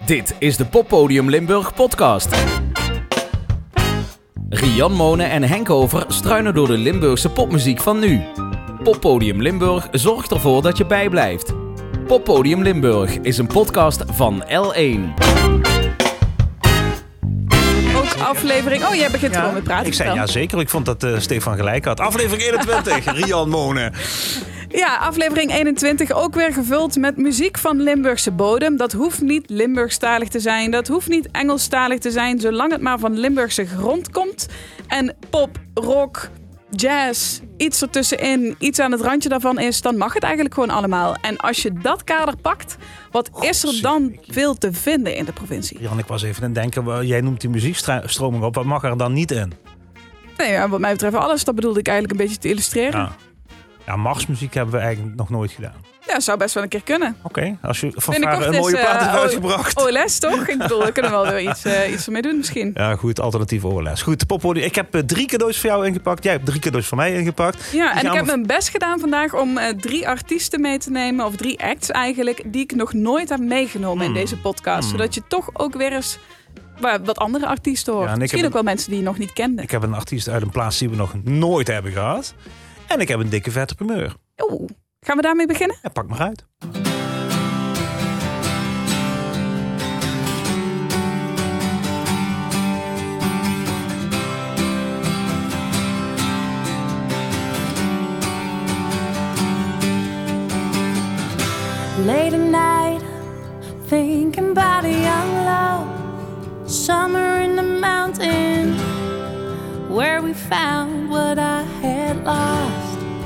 Dit is de Poppodium Limburg podcast. Rian Monen en Henk Over struinen door de Limburgse popmuziek van nu. Poppodium Limburg zorgt ervoor dat je bijblijft. Poppodium Limburg is een podcast van L1. Aflevering. Oh, jij begint gewoon met praten. Ik zei ja zeker. Ik vond dat Stefan gelijk had. Aflevering 21, Rian Monen. Ja, aflevering 21 ook weer gevuld met muziek van Limburgse bodem. Dat hoeft niet Limburgstalig te zijn. Dat hoeft niet Engelstalig te zijn. Zolang het maar van Limburgse grond komt. En pop, rock, jazz, iets ertussenin, iets aan het randje daarvan is, dan mag het eigenlijk gewoon allemaal. En als je dat kader pakt, wat is er dan veel te vinden in de provincie? Jan, ik was even aan het denken, jij noemt die muziekstroming op. Wat mag er dan niet in? Nee, ja, wat mij betreft alles. Dat bedoelde ik eigenlijk een beetje te illustreren. Ja, marsmuziek hebben we eigenlijk nog nooit gedaan. Ja, zou best wel een keer kunnen. Oké, als je van een mooie plaat hebt uitgebracht. OLS toch? Ik bedoel, daar kunnen we wel weer iets mee doen misschien. Ja, goed, alternatief OLS. Goed, Poppodium. Ik heb 3 cadeaus voor jou ingepakt. Jij hebt 3 cadeaus voor mij ingepakt. Ja, en ik heb mijn best gedaan vandaag om 3 artiesten mee te nemen. Of 3 acts eigenlijk, die ik nog nooit heb meegenomen in deze podcast. Zodat je toch ook weer eens wat andere artiesten hoort. Ja, misschien ook wel mensen die je nog niet kende. Ik heb een artiest uit een plaats die we nog nooit hebben gehad. En ik heb een dikke vette primeur. Oeh, gaan we daarmee beginnen? Ja, pak maar uit. Late at night, thinking about a young love. Summer in the mountain, where we found what I had lost.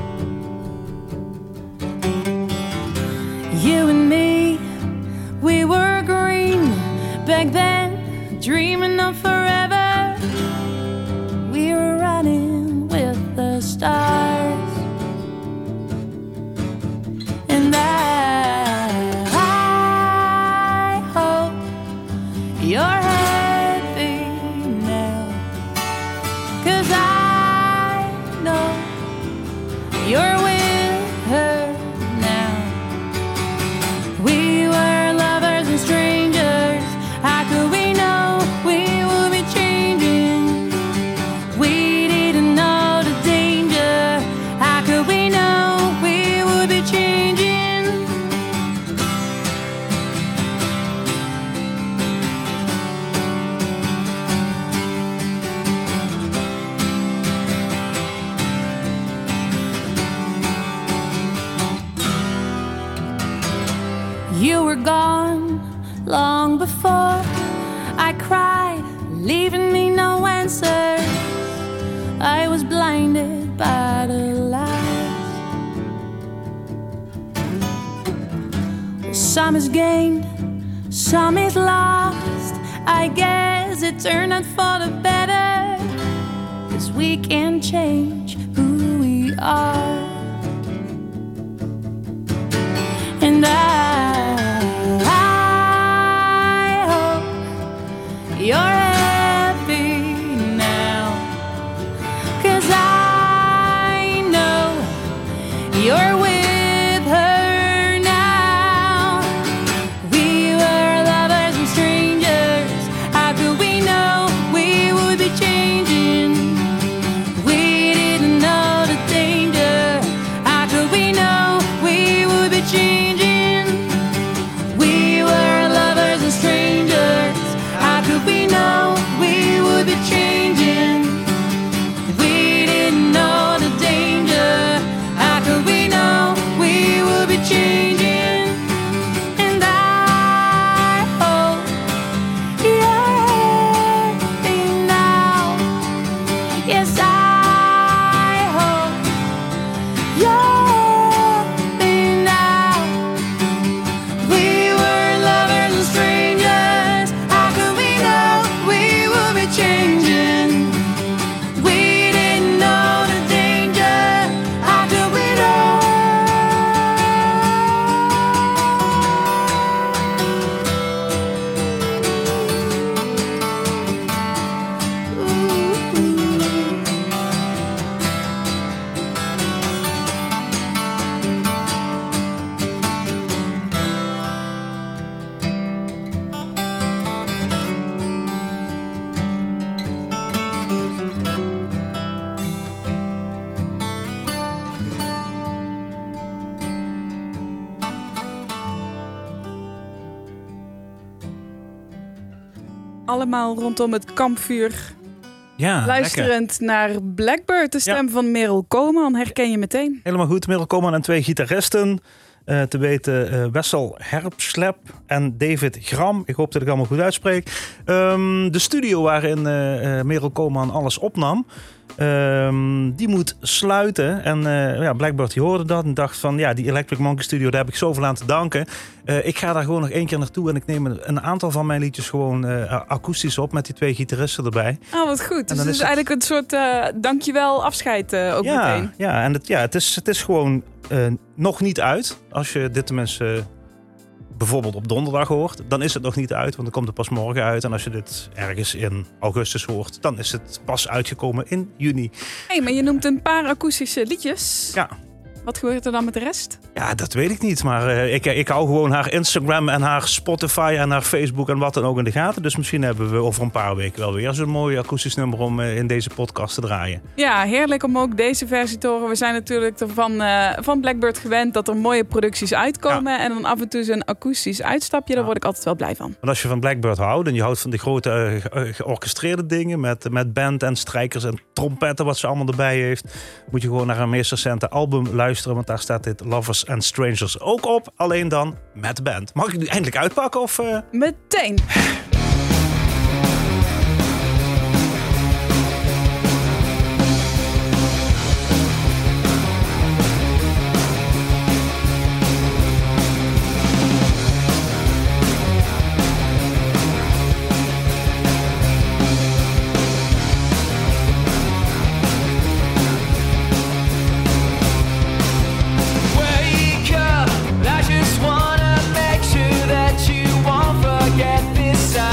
You and me, we were green back then, dreaming of forever. We were running with the stars. And I hope you're happy now, 'cause I know you're with her now. We were lovers and strangers. How could we know we would be changing? We didn't know the danger. How could we know we would be changing? You were gone long before I cried, leaving me no answer. I was blinded by the lies. Some is gained, some is lost. I guess it turned out for the better, 'cause we can change who we are. And I hope you're happy now, 'cause I know you're with her now. We were lovers and strangers. How could we know we would be changing? We didn't know the danger. allemaal rondom het kampvuur. Ja, Luisterend lekker. naar Blackbird, de stem van Merel Koolman. Herken je meteen. Helemaal goed. Merel Koolman en 2 gitaristen. Te weten Wessel Herpslep en David Gram. Ik hoop dat ik allemaal goed uitspreek. De studio waarin Merel Koolman alles opnam. Die moet sluiten. En Blackbird die hoorde dat en dacht van... die Electric Monkey Studio, daar heb ik zoveel aan te danken. Ik ga daar gewoon nog 1 keer naartoe. En ik neem een aantal van mijn liedjes gewoon akoestisch op... met die 2 gitaristen erbij. Oh, wat goed. Dus dan het is eigenlijk een soort dankjewel afscheid ook meteen. Ja, en het is gewoon nog niet uit. Als je dit tenminste bijvoorbeeld op donderdag hoort... dan is het nog niet uit, want dan komt het pas morgen uit. En als je dit ergens in augustus hoort... dan is het pas uitgekomen in juni. Hey, maar je noemt een paar akoestische liedjes. Ja. Wat gebeurt er dan met de rest? Ja, dat weet ik niet. Maar ik hou gewoon haar Instagram en haar Spotify en haar Facebook en wat dan ook in de gaten. Dus misschien hebben we over een paar weken wel weer zo'n mooi akoestisch nummer om in deze podcast te draaien. Ja, heerlijk om ook deze versie te horen. We zijn natuurlijk van Blackbird gewend dat er mooie producties uitkomen. Ja. En dan af en toe zo'n akoestisch uitstapje, daar word ik altijd wel blij van. Want als je van Blackbird houdt en je houdt van die grote georchestreerde dingen met band en strijkers en trompetten wat ze allemaal erbij heeft, moet je gewoon naar haar meest recente album luisteren. Want daar staat dit Lovers and Strangers ook op. Alleen dan met band. Mag ik nu eindelijk uitpakken? Of, Meteen. Wake up, I just wanna make sure that you won't forget this.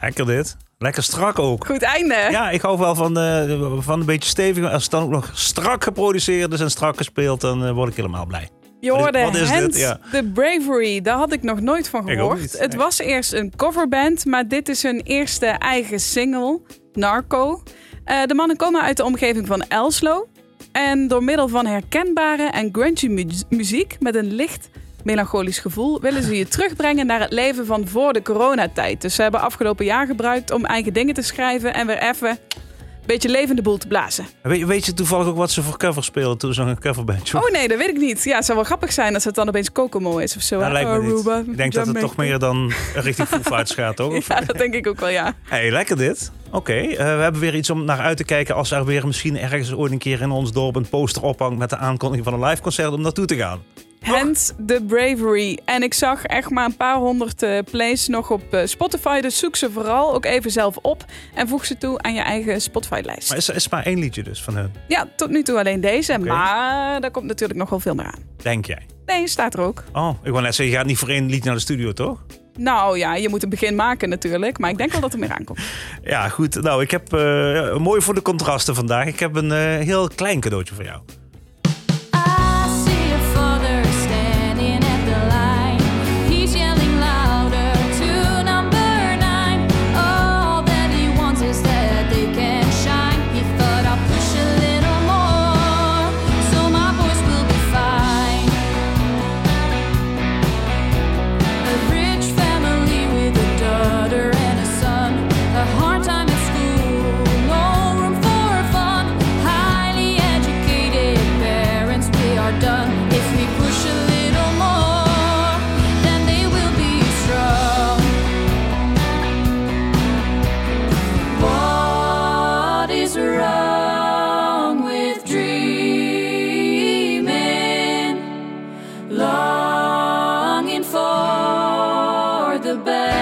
Lekker dit. Lekker strak ook. Goed einde. Ja, ik hou wel van een beetje stevig. Als het dan ook nog strak geproduceerd is en strak gespeeld, dan word ik helemaal blij. Je hoorde Wat is Hand dit? Ja. The Bravery. Daar had ik nog nooit van Ik ook gehoord. niet. Het Nee. was eerst een coverband, maar dit is hun eerste eigen single, Narco. De mannen komen uit de omgeving van Elslo. En door middel van herkenbare en grungy muziek met een licht melancholisch gevoel willen ze je terugbrengen naar het leven van voor de coronatijd. Dus ze hebben afgelopen jaar gebruikt om eigen dingen te schrijven en weer even een beetje levende boel te blazen. Weet je toevallig ook wat ze voor cover spelen toen zo'n coverbandje? Oh nee, dat weet ik niet. Ja, het zou wel grappig zijn als het dan opeens Kokomo is of zo. Dat lijkt me niet. Aruba, Ik denk dat het toch meer dan richting Foo Fighters gaat, toch? Of- Ja, dat denk ik ook wel, ja. Hey, lekker dit. Oké, we hebben weer iets om naar uit te kijken als er weer misschien ergens ooit een keer in ons dorp een poster ophangt met de aankondiging van een live concert om naartoe te gaan. Hand The Bravery. En ik zag echt maar een paar honderd plays nog op Spotify. Dus zoek ze vooral ook even zelf op. En voeg ze toe aan je eigen Spotify-lijst. Maar is maar één liedje dus van hun, Ja, tot nu toe alleen deze. Oké. Maar daar komt natuurlijk nog wel veel meer aan. denk jij? Nee, staat er ook. Oh, ik wou net zeggen, je gaat niet voor één liedje naar de studio, toch? Nou ja, je moet een begin maken natuurlijk. Maar ik denk wel dat er meer aankomt. Ja, goed. Nou, ik heb mooi voor de contrasten vandaag. Ik heb een heel klein cadeautje voor jou. I see a father standing at the line. He's yelling louder to number 9. All that he wants is that they can shine. He thought I'll push a little more, so my boys will be fine. A rich family with a daughter and a son. A hard time at school, no room for fun. Highly educated parents, we are done. If we push a little more, then they will be strong. What is wrong with dreaming? Longing for the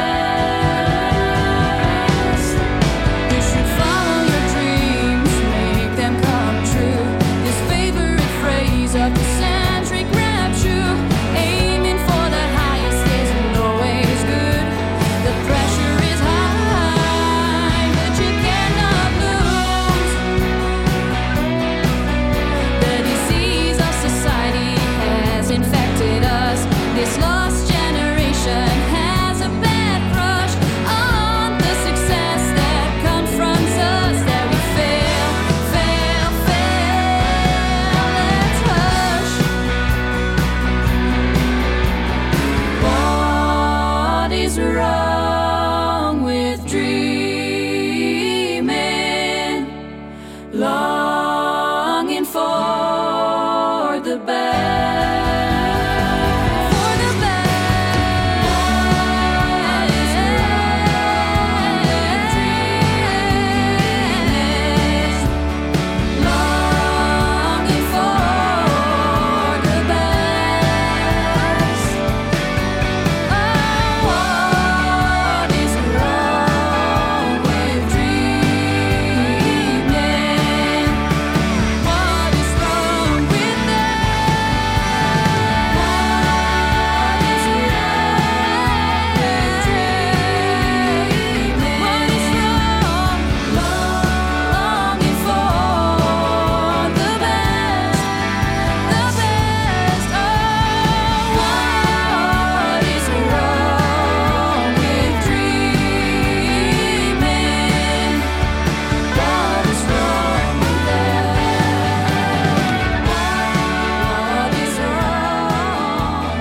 best. You should follow your dreams, make them come true. This favorite phrase of the century grabs you. Aiming for the highest isn't always good. The pressure is high, but you cannot lose. The disease of society has infected us. This lost generation has a bad crush on the success that confronts us. That we fail, fail, fail. Let's hush. What is wrong with dreaming? Longing for the best. For the best. Longing for the best. Oh, what is wrong with dreaming? What is wrong with that? What is wrong with dreaming? What is wrong? Longing for the best, the best. Oh, what is wrong with dreaming? What is wrong with that? What is wrong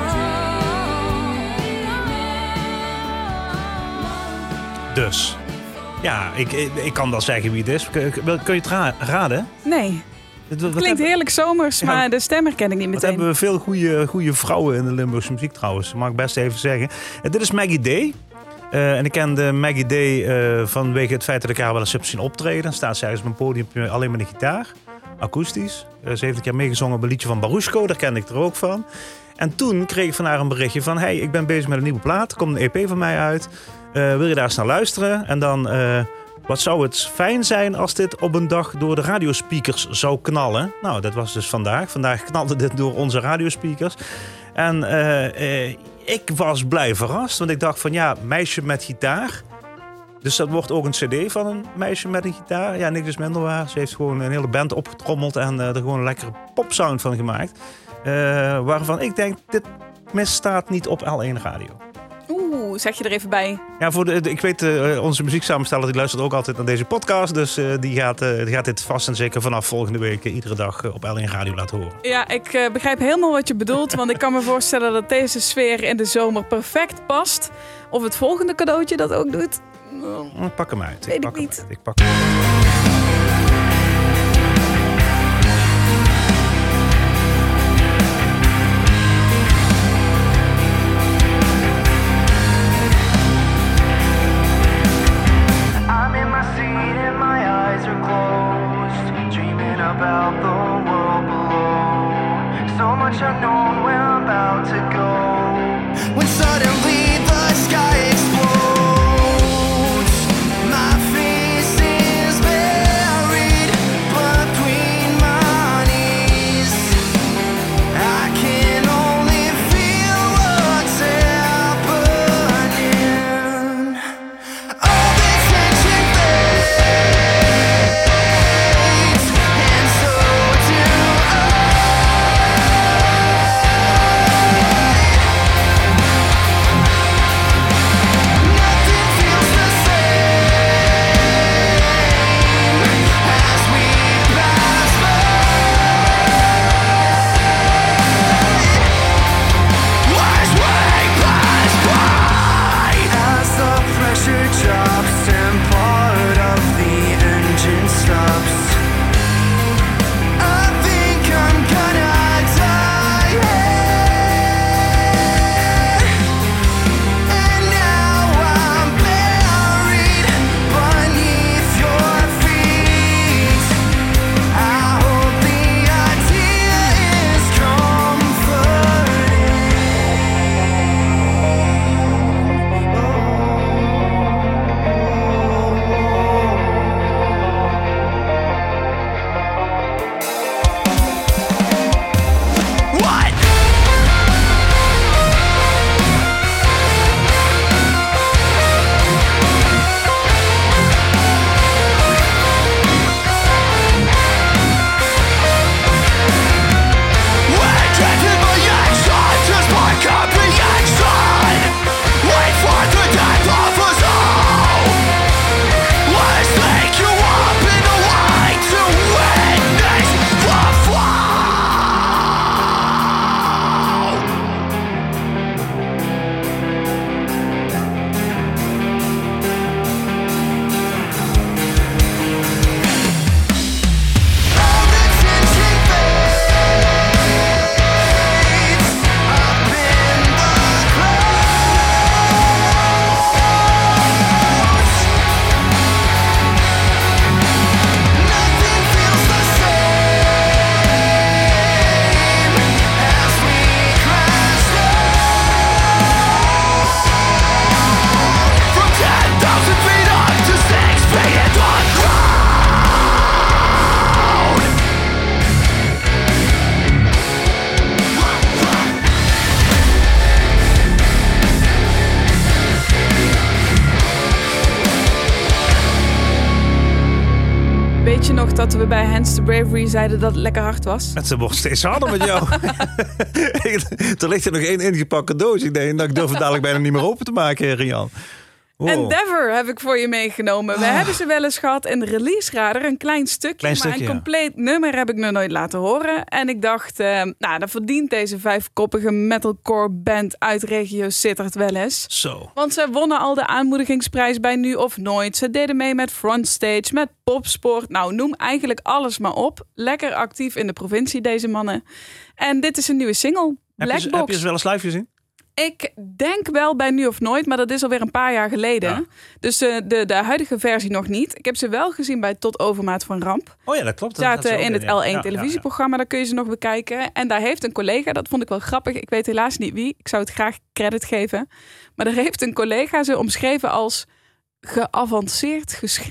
with dreaming? Dus, ja, ik kan wel zeggen wie het is. Kun je het raden? Nee, Wat klinkt heerlijk zomers, Ja. maar de stem herken ik niet Wat meteen. hebben we veel goede vrouwen in de Limburgse muziek trouwens. Dat mag ik best even zeggen. Dit is Maggie Day. En ik kende Maggie Day vanwege het feit dat ik haar wel eens heb zien optreden. Dan staat ze ergens op een podium alleen met een gitaar. Akoestisch. Ze heeft een keer meegezongen op een liedje van Barushko. Daar kende ik er ook van. En toen kreeg ik van haar een berichtje van... Hey, ik ben bezig met een nieuwe plaat. Er komt een EP van mij uit. Wil je daar eens naar luisteren? En dan... wat zou het fijn zijn als dit op een dag door de radiospeakers zou knallen? Nou, dat was dus vandaag. Vandaag knalde dit door onze radiospeakers. En ik was blij verrast. Want ik dacht van ja, meisje met gitaar. Dus dat wordt ook een cd van een meisje met een gitaar. Ja, niks is minder waar. Ze heeft gewoon een hele band opgetrommeld en er gewoon een lekkere popsound van gemaakt. Waarvan ik denk, dit misstaat niet op L1 Radio. Oeh, zeg je er even bij. Ja, ik weet, onze muzieksamensteller die luistert ook altijd naar deze podcast. Dus die gaat dit vast en zeker vanaf volgende week iedere dag op L1 Radio laten horen. Ja, ik begrijp helemaal wat je bedoelt. Want ik kan me voorstellen dat deze sfeer in de zomer perfect past. Of het volgende cadeautje dat ook doet. Ik pak hem uit. Weet ik niet. Ik pak hem uit. About the world below, so much unknown where I'm about to go. When suddenly the sky explodes, my face is buried between my knees. I can only feel what's happening. All this tension drops and part of the engine stops. I think I'm gonna die here. And now I'm buried beneath your feet. I hope the idea is comforting. What? We're taking reaction to spark up reaction. Wait for the death of us all. Let's take you up in the light to witness the fall. All the tension fades up in the clouds. Nothing feels the same as we crash down. From 10,000 feet up to 6 feet into the ground. Weet je nog dat we bij Hands to Bravery zeiden dat het lekker hard was? Het wordt steeds harder met jou. Er ligt er nog 1 ingepakt doos. Ik denk, ik durf het dadelijk bijna niet meer open te maken, Rian. Wow. Endeavour heb ik voor je meegenomen. We hebben ze wel eens gehad in de Release Radar. Een klein stukje, maar een compleet nummer heb ik nog nooit laten horen. En ik dacht, dan verdient deze 5-koppige metalcore band uit regio Sittard wel eens. Zo. Want ze wonnen al de aanmoedigingsprijs bij Nu of Nooit. Ze deden mee met Frontstage, met Popsport. Nou, noem eigenlijk alles maar op. Lekker actief in de provincie, deze mannen. En dit is een nieuwe single, Black Box. Heb je ze wel eens live gezien? Ik denk wel bij Nu of Nooit, maar dat is alweer een paar jaar geleden. Ja. Dus de huidige versie nog niet. Ik heb ze wel gezien bij Tot Overmaat van Ramp. Oh ja, dat klopt. Zaten in het L1 televisieprogramma, daar kun je ze nog bekijken. En daar heeft een collega, dat vond ik wel grappig. Ik weet helaas niet wie, ik zou het graag credit geven. Maar daar heeft een collega ze omschreven als geavanceerd geschreeuw.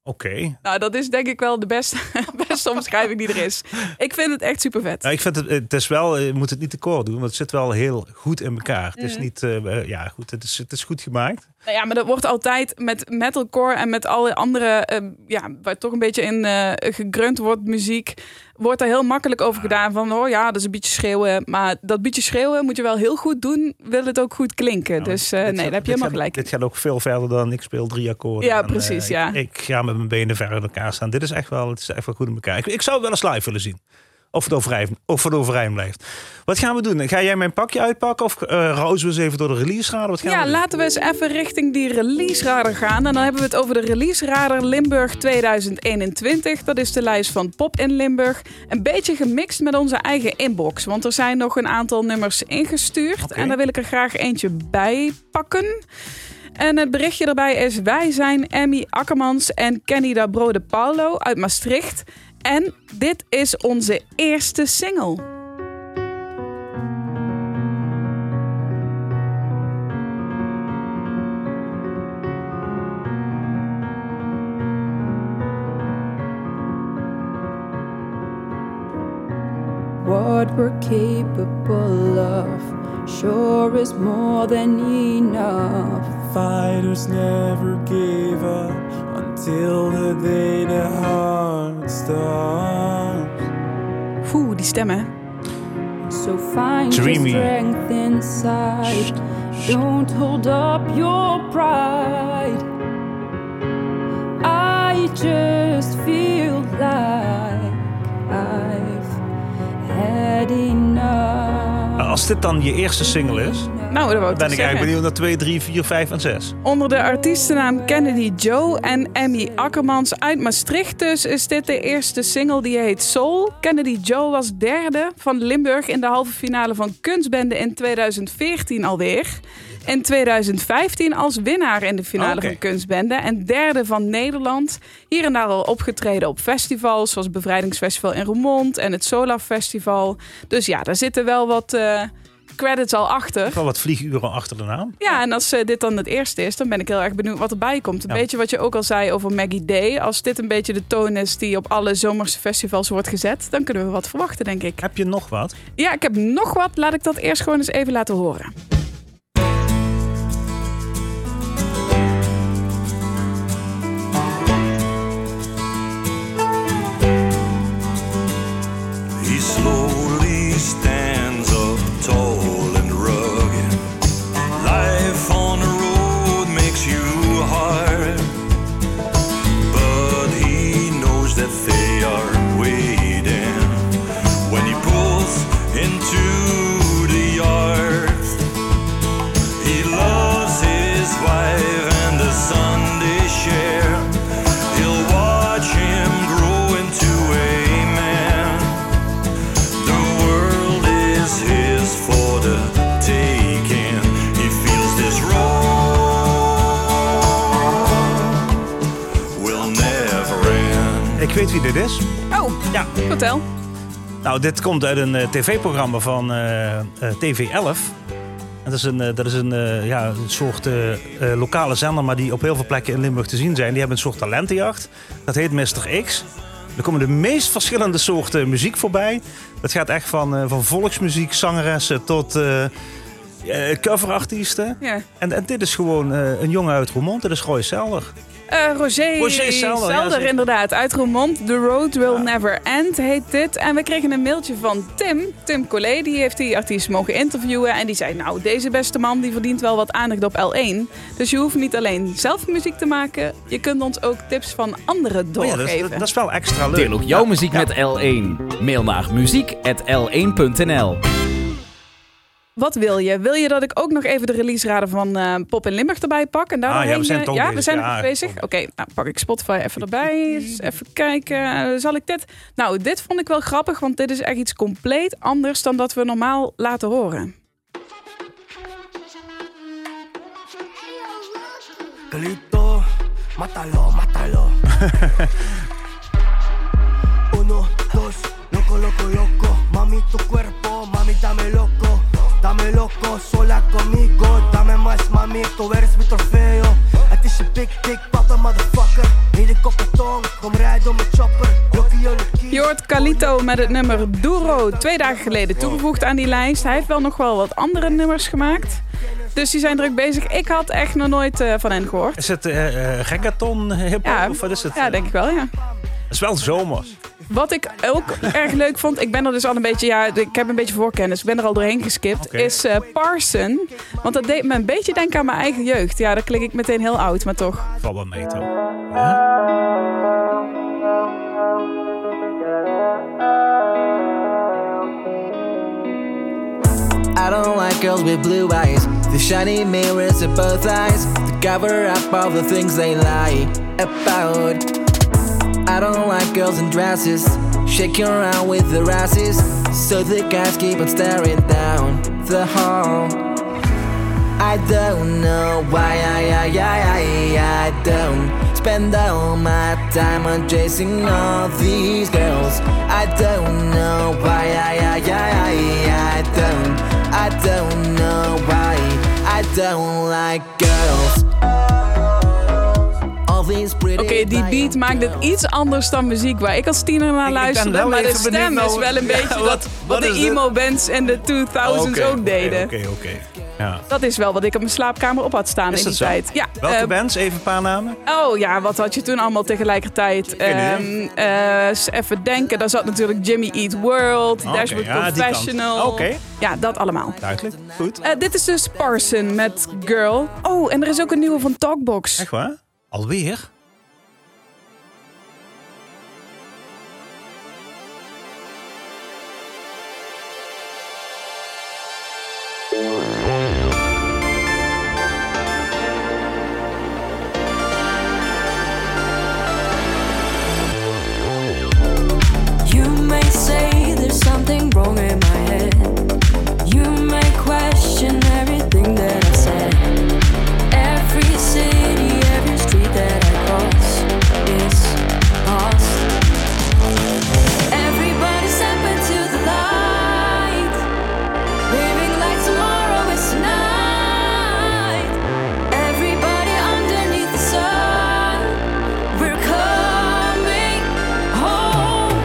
Oké. Nou, dat is denk ik wel de beste omschrijving die er is. Ik vind het echt super vet. Nou, ik vind het is wel, je moet het niet te kort doen, want het zit wel heel goed in elkaar. Het is niet, goed, het is goed gemaakt. Nou ja, maar dat wordt altijd met metalcore en met alle andere, waar toch een beetje in gegrunt wordt, muziek, wordt er heel makkelijk over gedaan van, oh ja, dat is een beetje schreeuwen. Maar dat beetje schreeuwen moet je wel heel goed doen, wil het ook goed klinken. Nou, dus daar heb je helemaal gelijk. Dit gaat ook veel verder dan ik speel 3 akkoorden. Ja, precies, ja. Ik ga met mijn benen ver in elkaar staan. Dit is echt wel goed in elkaar. Ik zou het wel eens live willen zien. Of het overeind blijft. Wat gaan we doen? Ga jij mijn pakje uitpakken? Of rozen we eens even door de release-radar? Laten we eens even richting die release-radar gaan. En dan hebben we het over de release-radar Limburg 2021. Dat is de lijst van Pop in Limburg. Een beetje gemixt met onze eigen inbox. Want er zijn nog een aantal nummers ingestuurd. Okay. En daar wil ik er graag eentje bij pakken. En het berichtje erbij is: wij zijn Emmy Akkermans en Kenny da Bro de Paulo uit Maastricht. En dit is onze eerste single. What we're capable of sure is more than enough. Fighters never gave up until the day the heart stops. Die stemmen. So find your strength inside. Don't hold up your pride. I just feel like I've had enough. Als dit dan je eerste single is, nou, dat ben ik eigenlijk benieuwd naar 2, 3, 4, 5 en 6. Onder de artiestennaam Kennedy Joe en Emmy Akkermans uit Maastricht dus is dit de eerste single, die heet Soul. Kennedy Joe was derde van Limburg in de halve finale van Kunstbende in 2014 alweer. In 2015 als winnaar in de finale van Kunstbende en derde van Nederland. Hier en daar al opgetreden op festivals zoals Bevrijdingsfestival in Roermond en het Solar Festival. Dus ja, daar zitten wel wat credits al achter. Wel wat vlieguren achter de naam. Ja, en als dit dan het eerste is, dan ben ik heel erg benieuwd wat erbij komt. Een beetje wat je ook al zei over Maggie Day. Als dit een beetje de toon is die op alle zomerse festivals wordt gezet, dan kunnen we wat verwachten, denk ik. Heb je nog wat? Ja, ik heb nog wat. Laat ik dat eerst gewoon eens even laten horen. He slowly stands up tall and rugged. Life on the road makes you hard, but he knows that they are waiting when he pulls into the yard. He loves his wife and the son they share. He'll watch him grow into a man. The world is his for the taking. He feels this road will never end. Ik weet wie dit is. Oh, ja, vertel. Nou, dit komt uit een tv-programma van TV11. En dat is een soort lokale zender, maar die op heel veel plekken in Limburg te zien zijn. Die hebben een soort talentenjacht. Dat heet Mr. X. Er komen de meest verschillende soorten muziek voorbij. Dat gaat echt van volksmuziek, zangeressen tot coverartiesten. Ja. En dit is gewoon een jongen uit Roermond. Dat is Roy Selder. Roger Selder, inderdaad, uit Roermond. The Road Will Never End heet dit. En we kregen een mailtje van Tim Collet. Die heeft die artiest mogen interviewen. En die zei, nou, deze beste man die verdient wel wat aandacht op L1. Dus je hoeft niet alleen zelf muziek te maken. Je kunt ons ook tips van anderen doorgeven. Dat is wel extra leuk. Deel ook jouw muziek met L1. Mail naar muziek@l1.nl. Wat wil je? Wil je dat ik ook nog even de release-raden van Pop in Limburg erbij pak? En we zijn toch bezig. We zijn nog bezig. Oké, nou pak ik Spotify even erbij. Eens even kijken. Zal ik dit? Nou, dit vond ik wel grappig, want dit is echt iets compleet anders dan dat we normaal laten horen. Calito, mátalo, mátalo. Uno, dos, loco, loco, loco. Mami, tu cuerpo, mami, dame loco. Dame loco, sola conmigo. Dame más, mami, tu eres mi trofeo. Het is je big, big papa, motherfucker. Helikopter Alito met het nummer Duro 2 dagen geleden toegevoegd aan die lijst. Hij heeft wel nog wel wat andere nummers gemaakt. Dus die zijn druk bezig. Ik had echt nog nooit van hen gehoord. Is het reggaeton, hip-hop of wat is het? Ja, denk ik wel, ja. Het is wel zomers. Wat ik ook erg leuk vond, ik ben er dus al een beetje, ik heb een beetje voorkennis, ik ben er al doorheen geskipt, is Parson. Want dat deed me een beetje denken aan mijn eigen jeugd. Ja, dan klink ik meteen heel oud, maar toch. Valt wel mee, toch? Ja? I don't like girls with blue eyes, the shiny mirrors in both eyes, to cover up all the things they lie about. I don't like girls in dresses, shaking around with their asses, so the guys keep on staring down the hall. I don't know why I don't spend all my time on chasing all these girls. I don't know why I don't know why I don't like girls. Oké, die beat maakt het iets anders dan muziek waar ik als tiener naar luisterde. Maar de stem is wel een beetje wat de emo-bands in de 2000s ook deden. Oké. Ja. Dat is wel wat ik op mijn slaapkamer op had staan in die tijd. Ja, welke bands? Even een paar namen. Oh ja, wat had je toen allemaal tegelijkertijd? Even denken, daar zat natuurlijk Jimmy Eat World, Dashboard Professional. Ja, dat allemaal. Duidelijk, goed. Dit is dus Parson met Girl. Oh, en er is ook een nieuwe van Talkbox. Echt waar? Alweer? You may say there's something wrong in my head. You may question everything that I said. Every city, every street that I cross is lost. Everybody step into the light, living like tomorrow is tonight. Everybody underneath the sun, we're coming home.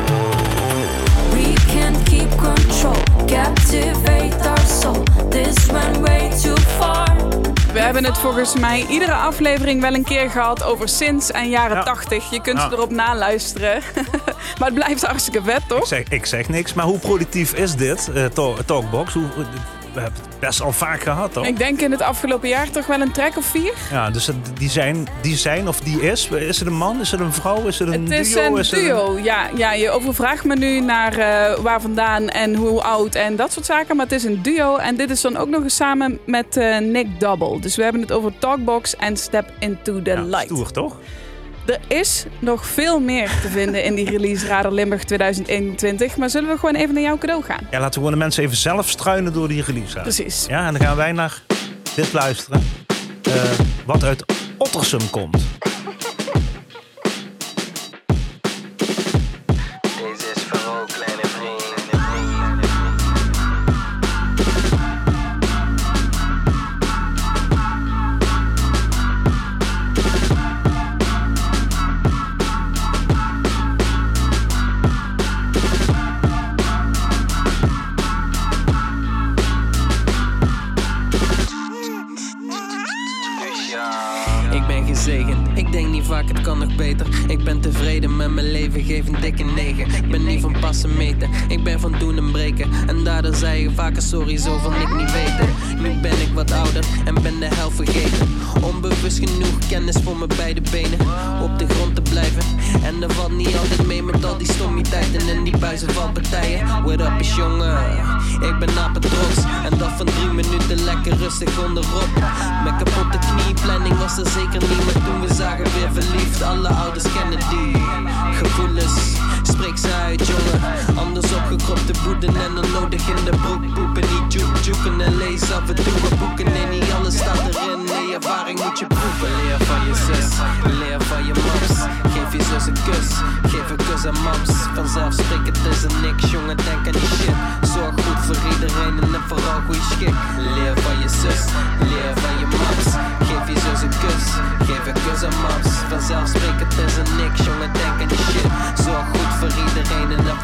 We can't keep control, captivate our soul. This went way too far. We hebben het volgens mij iedere aflevering wel een keer gehad over synths en jaren 80. Je kunt ze erop naluisteren. Maar het blijft hartstikke vet, toch? Ik zeg niks, maar hoe productief is dit, Talkbox? We hebben het best al vaak gehad, toch? Ik denk in het afgelopen jaar toch wel een track of 4. Ja, dus die zijn of die is. Is het een man? Is het een vrouw? Is het een duo? Het is een duo, ja. Je overvraagt me nu naar waar vandaan en hoe oud en dat soort zaken. Maar het is een duo en dit is dan ook nog eens samen met Nick Double. Dus we hebben het over Talkbox en Step Into the Light. Stoer, toch? Er is nog veel meer te vinden in die Release Radar Limburg 2021. Maar zullen we gewoon even naar jouw cadeau gaan? Ja, laten we gewoon de mensen even zelf struinen door die Release Radar. Precies. Ja, en dan gaan wij naar dit luisteren. Wat uit Ottersum komt. Deze is vooral kleine vrienden. Ik denk niet vaak, het kan nog beter. Ik ben tevreden met mijn leven, geef een dikke 9. Ik ben niet van passen meten, ik ben van doen en breken. En daardoor zei je vaker sorry, zo van ik niet weten. Nu ben ik wat ouder en ben de helft vergeten. Onbewust genoeg kennis voor mijn beide benen. Op de grond te blijven en er valt niet altijd mee met al die stommiteiten en die buizenvalpartijen. What up is jongen, ik ben apetrots. En dat van 3 minuten lekker rustig onderop. Met kapotte knieplanning was er zeker niet, maar toen we zagen weer verliefd. Alle ouders kennen die gevoelens, spreek ze uit jongen. Anders opgekropte boeden en dan nodig in de broek poepen. Niet joeken en lees af en toe wat boeken. Nee, niet alles staat erin, nee, ervaring moet je proeven. Leer van je zus, leer van je mams. Geef je zus een kus, geef een kus aan mams. Vanzelfsprekend is er niks, jongen, denk aan die shit. Zorg goed voor iedereen en vooral goeie schik. Leer van je zus, leer van je mams. Geef je zus een kus, geef een kus aan mams. Vanzelfsprekend is er niks, jongen, denk aan die shit. Zorg goed voor iedereen en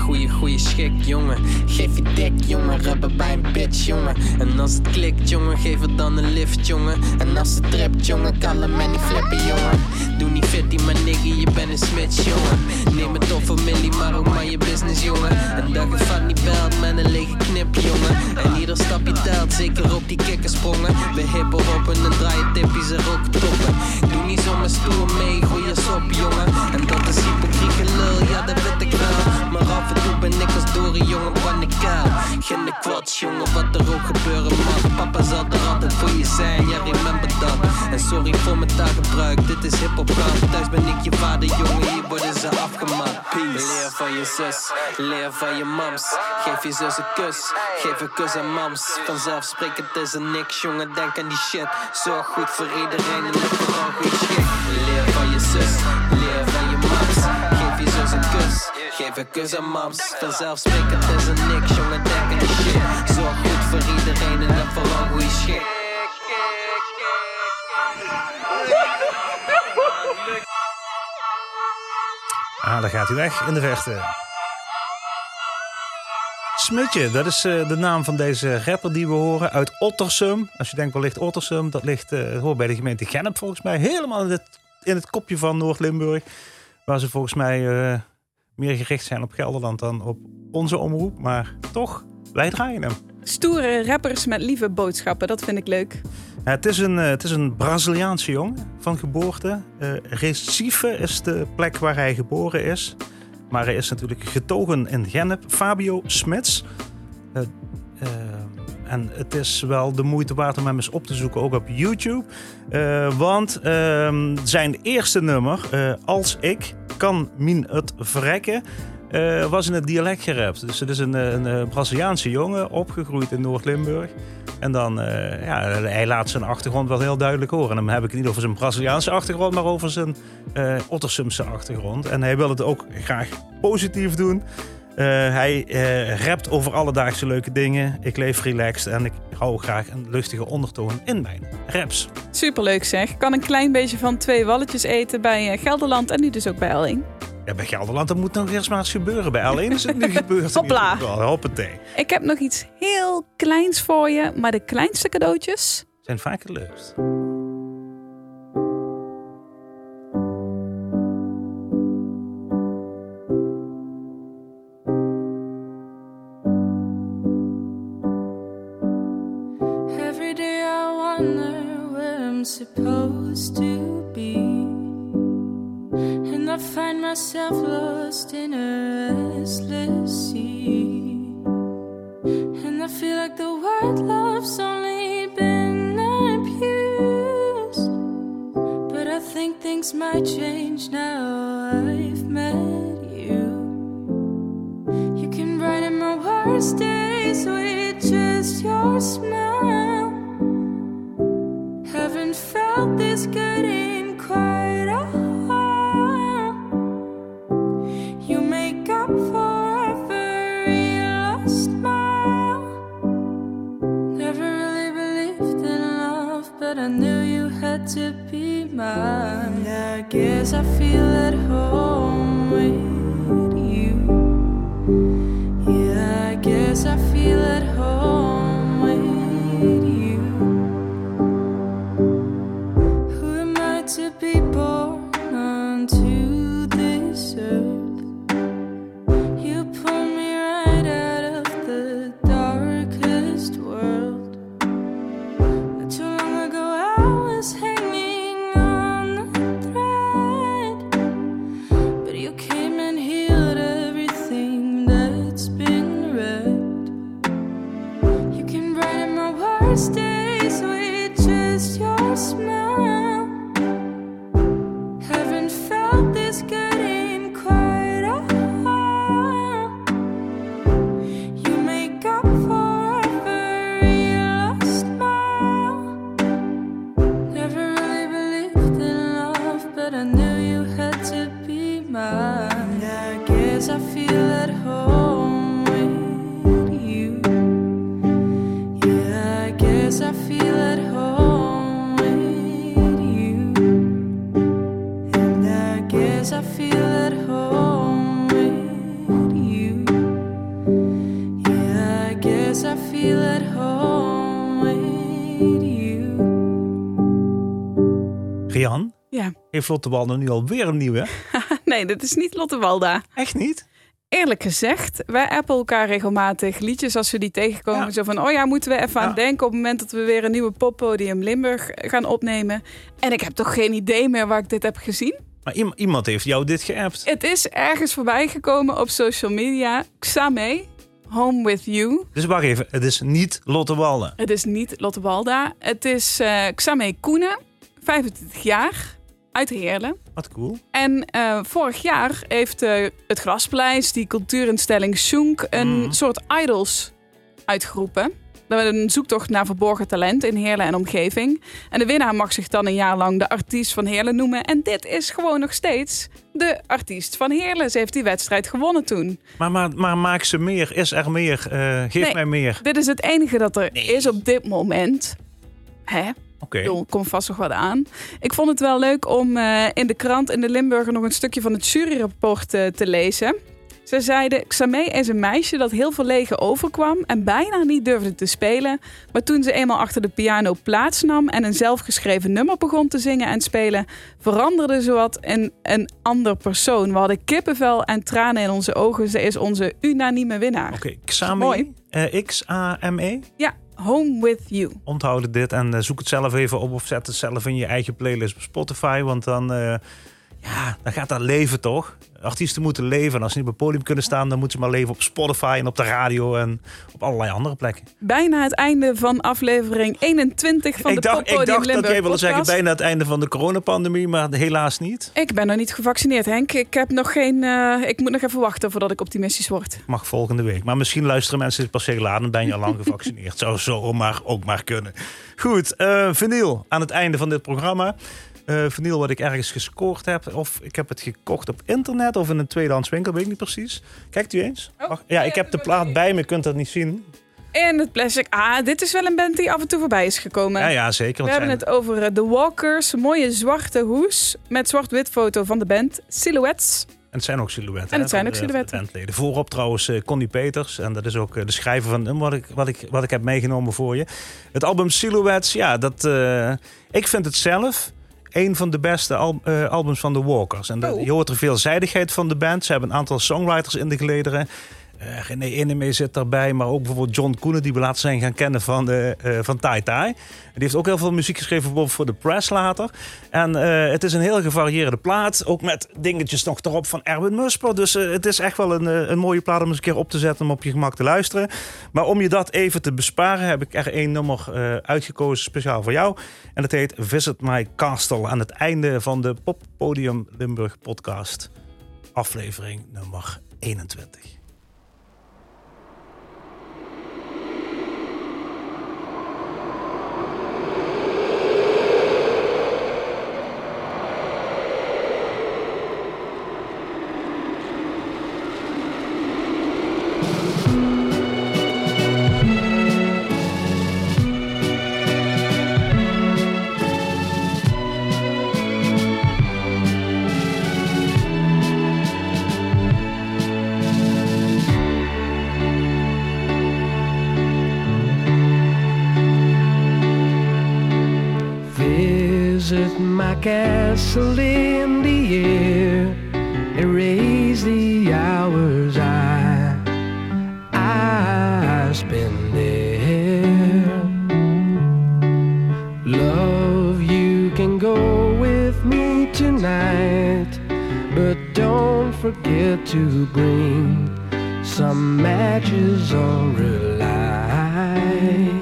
goeie schik, jongen. Geef je dik, jongen, rubber bij een bitch, jongen. En als het klikt, jongen, geef het dan een lift, jongen. En als het tript, jongen, kan hem en niet flippen, jongen. Doe niet fitty, maar nigga, je bent een switch, jongen. Neem het op familie, maar ook maar je business, jongen. En dat je vat niet belt met een lege knip, jongen. En ieder stapje telt, zeker op die kikkersprongen. We hippen hoppen en draaien tippies en rocktoppen. Doe niet zomaar stoer mee, gooi je sop, jongen. En dat is hypocriet gelul, ja dat weet ik wel. Maar af en toe ben ik als Dory, jongen, paniekaal. Geen de kwads, jongen, wat er ook gebeuren mag. Papa zal er altijd voor je zijn, ja remember dat. En sorry voor mijn taalgebruik, dit is hiphop rap. Thuis ben ik je vader, jongen, hier worden ze afgemaakt. Peace. Leer van je zus, leer van je mams. Geef je zus een kus, geef een kus aan mams. Vanzelfsprekend is er niks, jongen, denk aan die shit. Zorg goed voor iedereen en let vooral goed schik. Leer van je zus, leer van je mams. Geef je zus een kus, geef een kus aan mams. Vanzelfsprekend is er niks, jongen, denk aan die shit. Zorg goed voor iedereen en let vooral goed schik. Ah, daar gaat hij weg in de verte. Smutje, dat is de naam van deze rapper die we horen uit Ottersum. Als je denkt, waar ligt Ottersum? Dat ligt hoort bij de gemeente Gennep volgens mij. Helemaal in het kopje van Noord-Limburg. Waar ze volgens mij meer gericht zijn op Gelderland dan op onze omroep. Maar toch, wij draaien hem. Stoere rappers met lieve boodschappen, dat vind ik leuk. Ja, het is een Braziliaanse jongen van geboorte. Recife is de plek waar hij geboren is. Maar hij is natuurlijk getogen in Gennep. Fabio Smits. En het is wel de moeite waard om hem eens op te zoeken, ook op YouTube. Want zijn eerste nummer, Als ik kan min het verrekken, was in het dialect gerapt. Dus het is een Braziliaanse jongen, opgegroeid in Noord-Limburg. En dan, hij laat zijn achtergrond wel heel duidelijk horen. En dan heb ik het niet over zijn Braziliaanse achtergrond, maar over zijn Ottersumse achtergrond. En hij wil het ook graag positief doen. Hij rapt over alledaagse leuke dingen. Ik leef relaxed en ik hou graag een luchtige ondertoon in mijn raps. Superleuk zeg. Kan een klein beetje van 2 walletjes eten bij Gelderland en nu dus ook bij L1. Ja, bij Gelderland, dat moet nog eerst maar eens gebeuren. Bij L1 is het nu gebeurd. Hopla. Hoppatee. Ik heb nog iets heel kleins voor je, maar de kleinste cadeautjes zijn vaak het leukst. Every day I wonder where I'm supposed to be. And I find myself lost in a restless sea. And I feel like the word love's only been abused. But I think things might change now I've met you. You can brighten my worst days with just your smile. Haven't felt this good in quite a while. You make up for every lost mile. Never really believed in love, but I knew you had to be mine. I guess I feel at home with you. Yeah, I guess I feel at home with you. Who am I to be born onto this earth? You pull me right out of the darkest world. Not too long ago I was hanging on the thread, but you came and healed everything that's been wrecked. You can brighten my worst days with just your smile. Haven't felt this good in quite a while. You make up for every lost mile. Never really believed in love, but I knew you had to be mine. I guess I feel at home with you. Yeah, I guess I feel at home with you. And I guess I feel at home with you. Rian, Ja. heeft Lotte Walda nu alweer een nieuwe? Nee, dit is niet Lotte Walda. Echt niet? Eerlijk gezegd, wij appen elkaar regelmatig liedjes als we die tegenkomen. Ja. Zo van, moeten we even aan denken op het moment dat we weer een nieuwe Poppodium Limburg gaan opnemen. En ik heb toch geen idee meer waar ik dit heb gezien. Maar iemand heeft jou dit geappt. Het is ergens voorbij gekomen op social media. Xame, Home With You. Dus wacht even, het is niet Lotte Walda. Het is niet Lotte Walda. Het is Xame Koenen, 25 jaar, uit Heerlen. Wat cool. En vorig jaar heeft het Graspaleis, die cultuurinstelling Schunk, een soort idols uitgeroepen. Dat was een zoektocht naar verborgen talent in Heerlen en omgeving. En de winnaar mag zich dan een jaar lang de artiest van Heerlen noemen. En dit is gewoon nog steeds de artiest van Heerlen. Ze heeft die wedstrijd gewonnen toen. Maar maak ze meer, is er meer, geef mij meer. Dit is het enige dat er is op dit moment. Hè? Oké. Komt vast nog wat aan. Ik vond het wel leuk om in de krant in de Limburger nog een stukje van het juryrapport te lezen. Ze zeiden, Xame is een meisje dat heel verlegen overkwam en bijna niet durfde te spelen. Maar toen ze eenmaal achter de piano plaatsnam en een zelfgeschreven nummer begon te zingen en spelen, veranderde ze wat in een ander persoon. We hadden kippenvel en tranen in onze ogen. Ze is onze unanieme winnaar. Oké, Xame, mooi. X-A-M-E? Ja, Home With You. Onthoud dit en zoek het zelf even op of zet het zelf in je eigen playlist op Spotify. Want dan gaat dat leven toch? Artiesten moeten leven en als ze niet op het podium kunnen staan, dan moeten ze maar leven op Spotify en op de radio en op allerlei andere plekken. Bijna het einde van aflevering 21 van de Poppodium Limburg Ik dacht dat jij wilde zeggen podcast. bijna het einde van de coronapandemie, maar helaas niet. Ik ben nog niet gevaccineerd, Henk. Ik heb nog geen. Ik moet nog even wachten voordat ik optimistisch word. Mag volgende week. Maar misschien luisteren mensen dit pas heel laat en ben je al lang gevaccineerd. Zou zomaar ook maar kunnen. Goed, vinyl aan het einde van dit programma. Vinyl wat ik ergens gescoord heb. Of ik heb het gekocht op internet of in een tweedehands winkel, weet ik niet precies. Kijkt u eens? Wacht. Ja, ik heb de plaat bij me, je kunt dat niet zien. En het plastic. Dit is wel een band die af en toe voorbij is gekomen. Ja, zeker. We hebben het over The Walkers. Een mooie zwarte hoes met zwart-wit foto van de band Silhouettes. En het zijn ook silhouetten. En het zijn ook de silhouetten. bandleden. Voorop trouwens Connie Peters. En dat is ook de schrijver van het nummer wat ik heb meegenomen voor je. Het album Silhouettes, ja, ik vind het zelf een van de beste albums van The Walkers. En je hoort de veelzijdigheid van de band. Ze hebben een aantal songwriters in de gelederen. René Innemee zit daarbij, maar ook bijvoorbeeld John Koenen, die we later zijn gaan kennen van Tai Tai. Die heeft ook heel veel muziek geschreven, bijvoorbeeld voor de Press later. En het is een heel gevarieerde plaat, ook met dingetjes nog erop van Erwin Musper. Dus het is echt wel een mooie plaat om eens een keer op te zetten, om op je gemak te luisteren. Maar om je dat even te besparen, heb ik er één nummer uitgekozen, speciaal voor jou. En dat heet Visit My Castle, aan het einde van de Poppodium Limburg podcast, aflevering nummer 21. Visit my castle in the air, erase the hours I spend there. Love, you can go with me tonight, but don't forget to bring some matches or a light.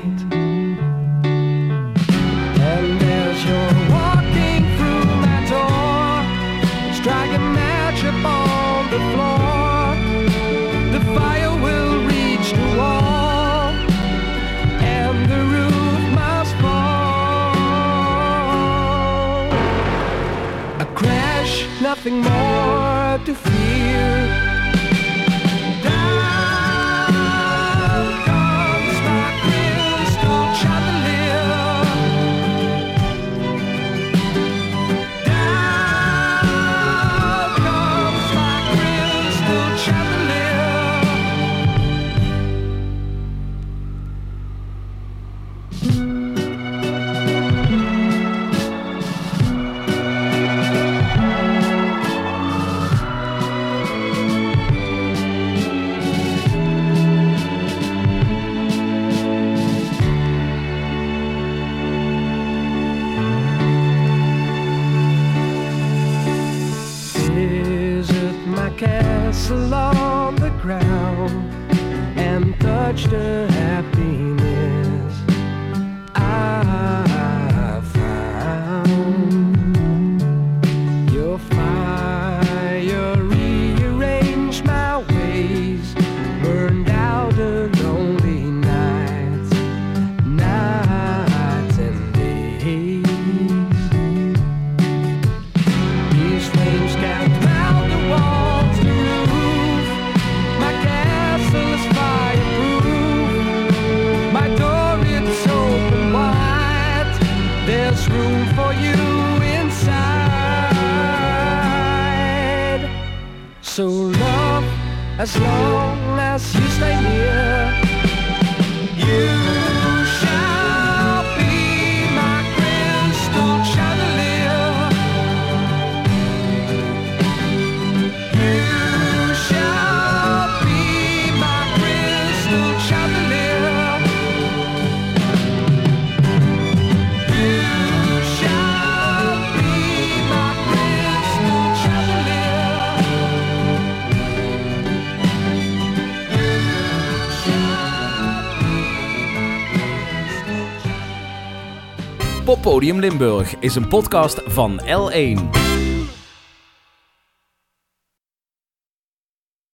And as you're walking through my door, strike a match upon the floor. The fire will reach the wall, and the roof must fall. A crash, nothing more to fear. Down much the happiness I found. Your fire rearranged my ways, burned out the lonely nights and days. These flames can't melt the walls, the roof. My castle is fireproof. My door is open wide. There's room for you inside. So love, as long as you stay near, you shall be my crystal chandelier. You shall be my crystal chandelier. You shall be my crystal chandelier. Poppodium Limburg is een podcast van L1.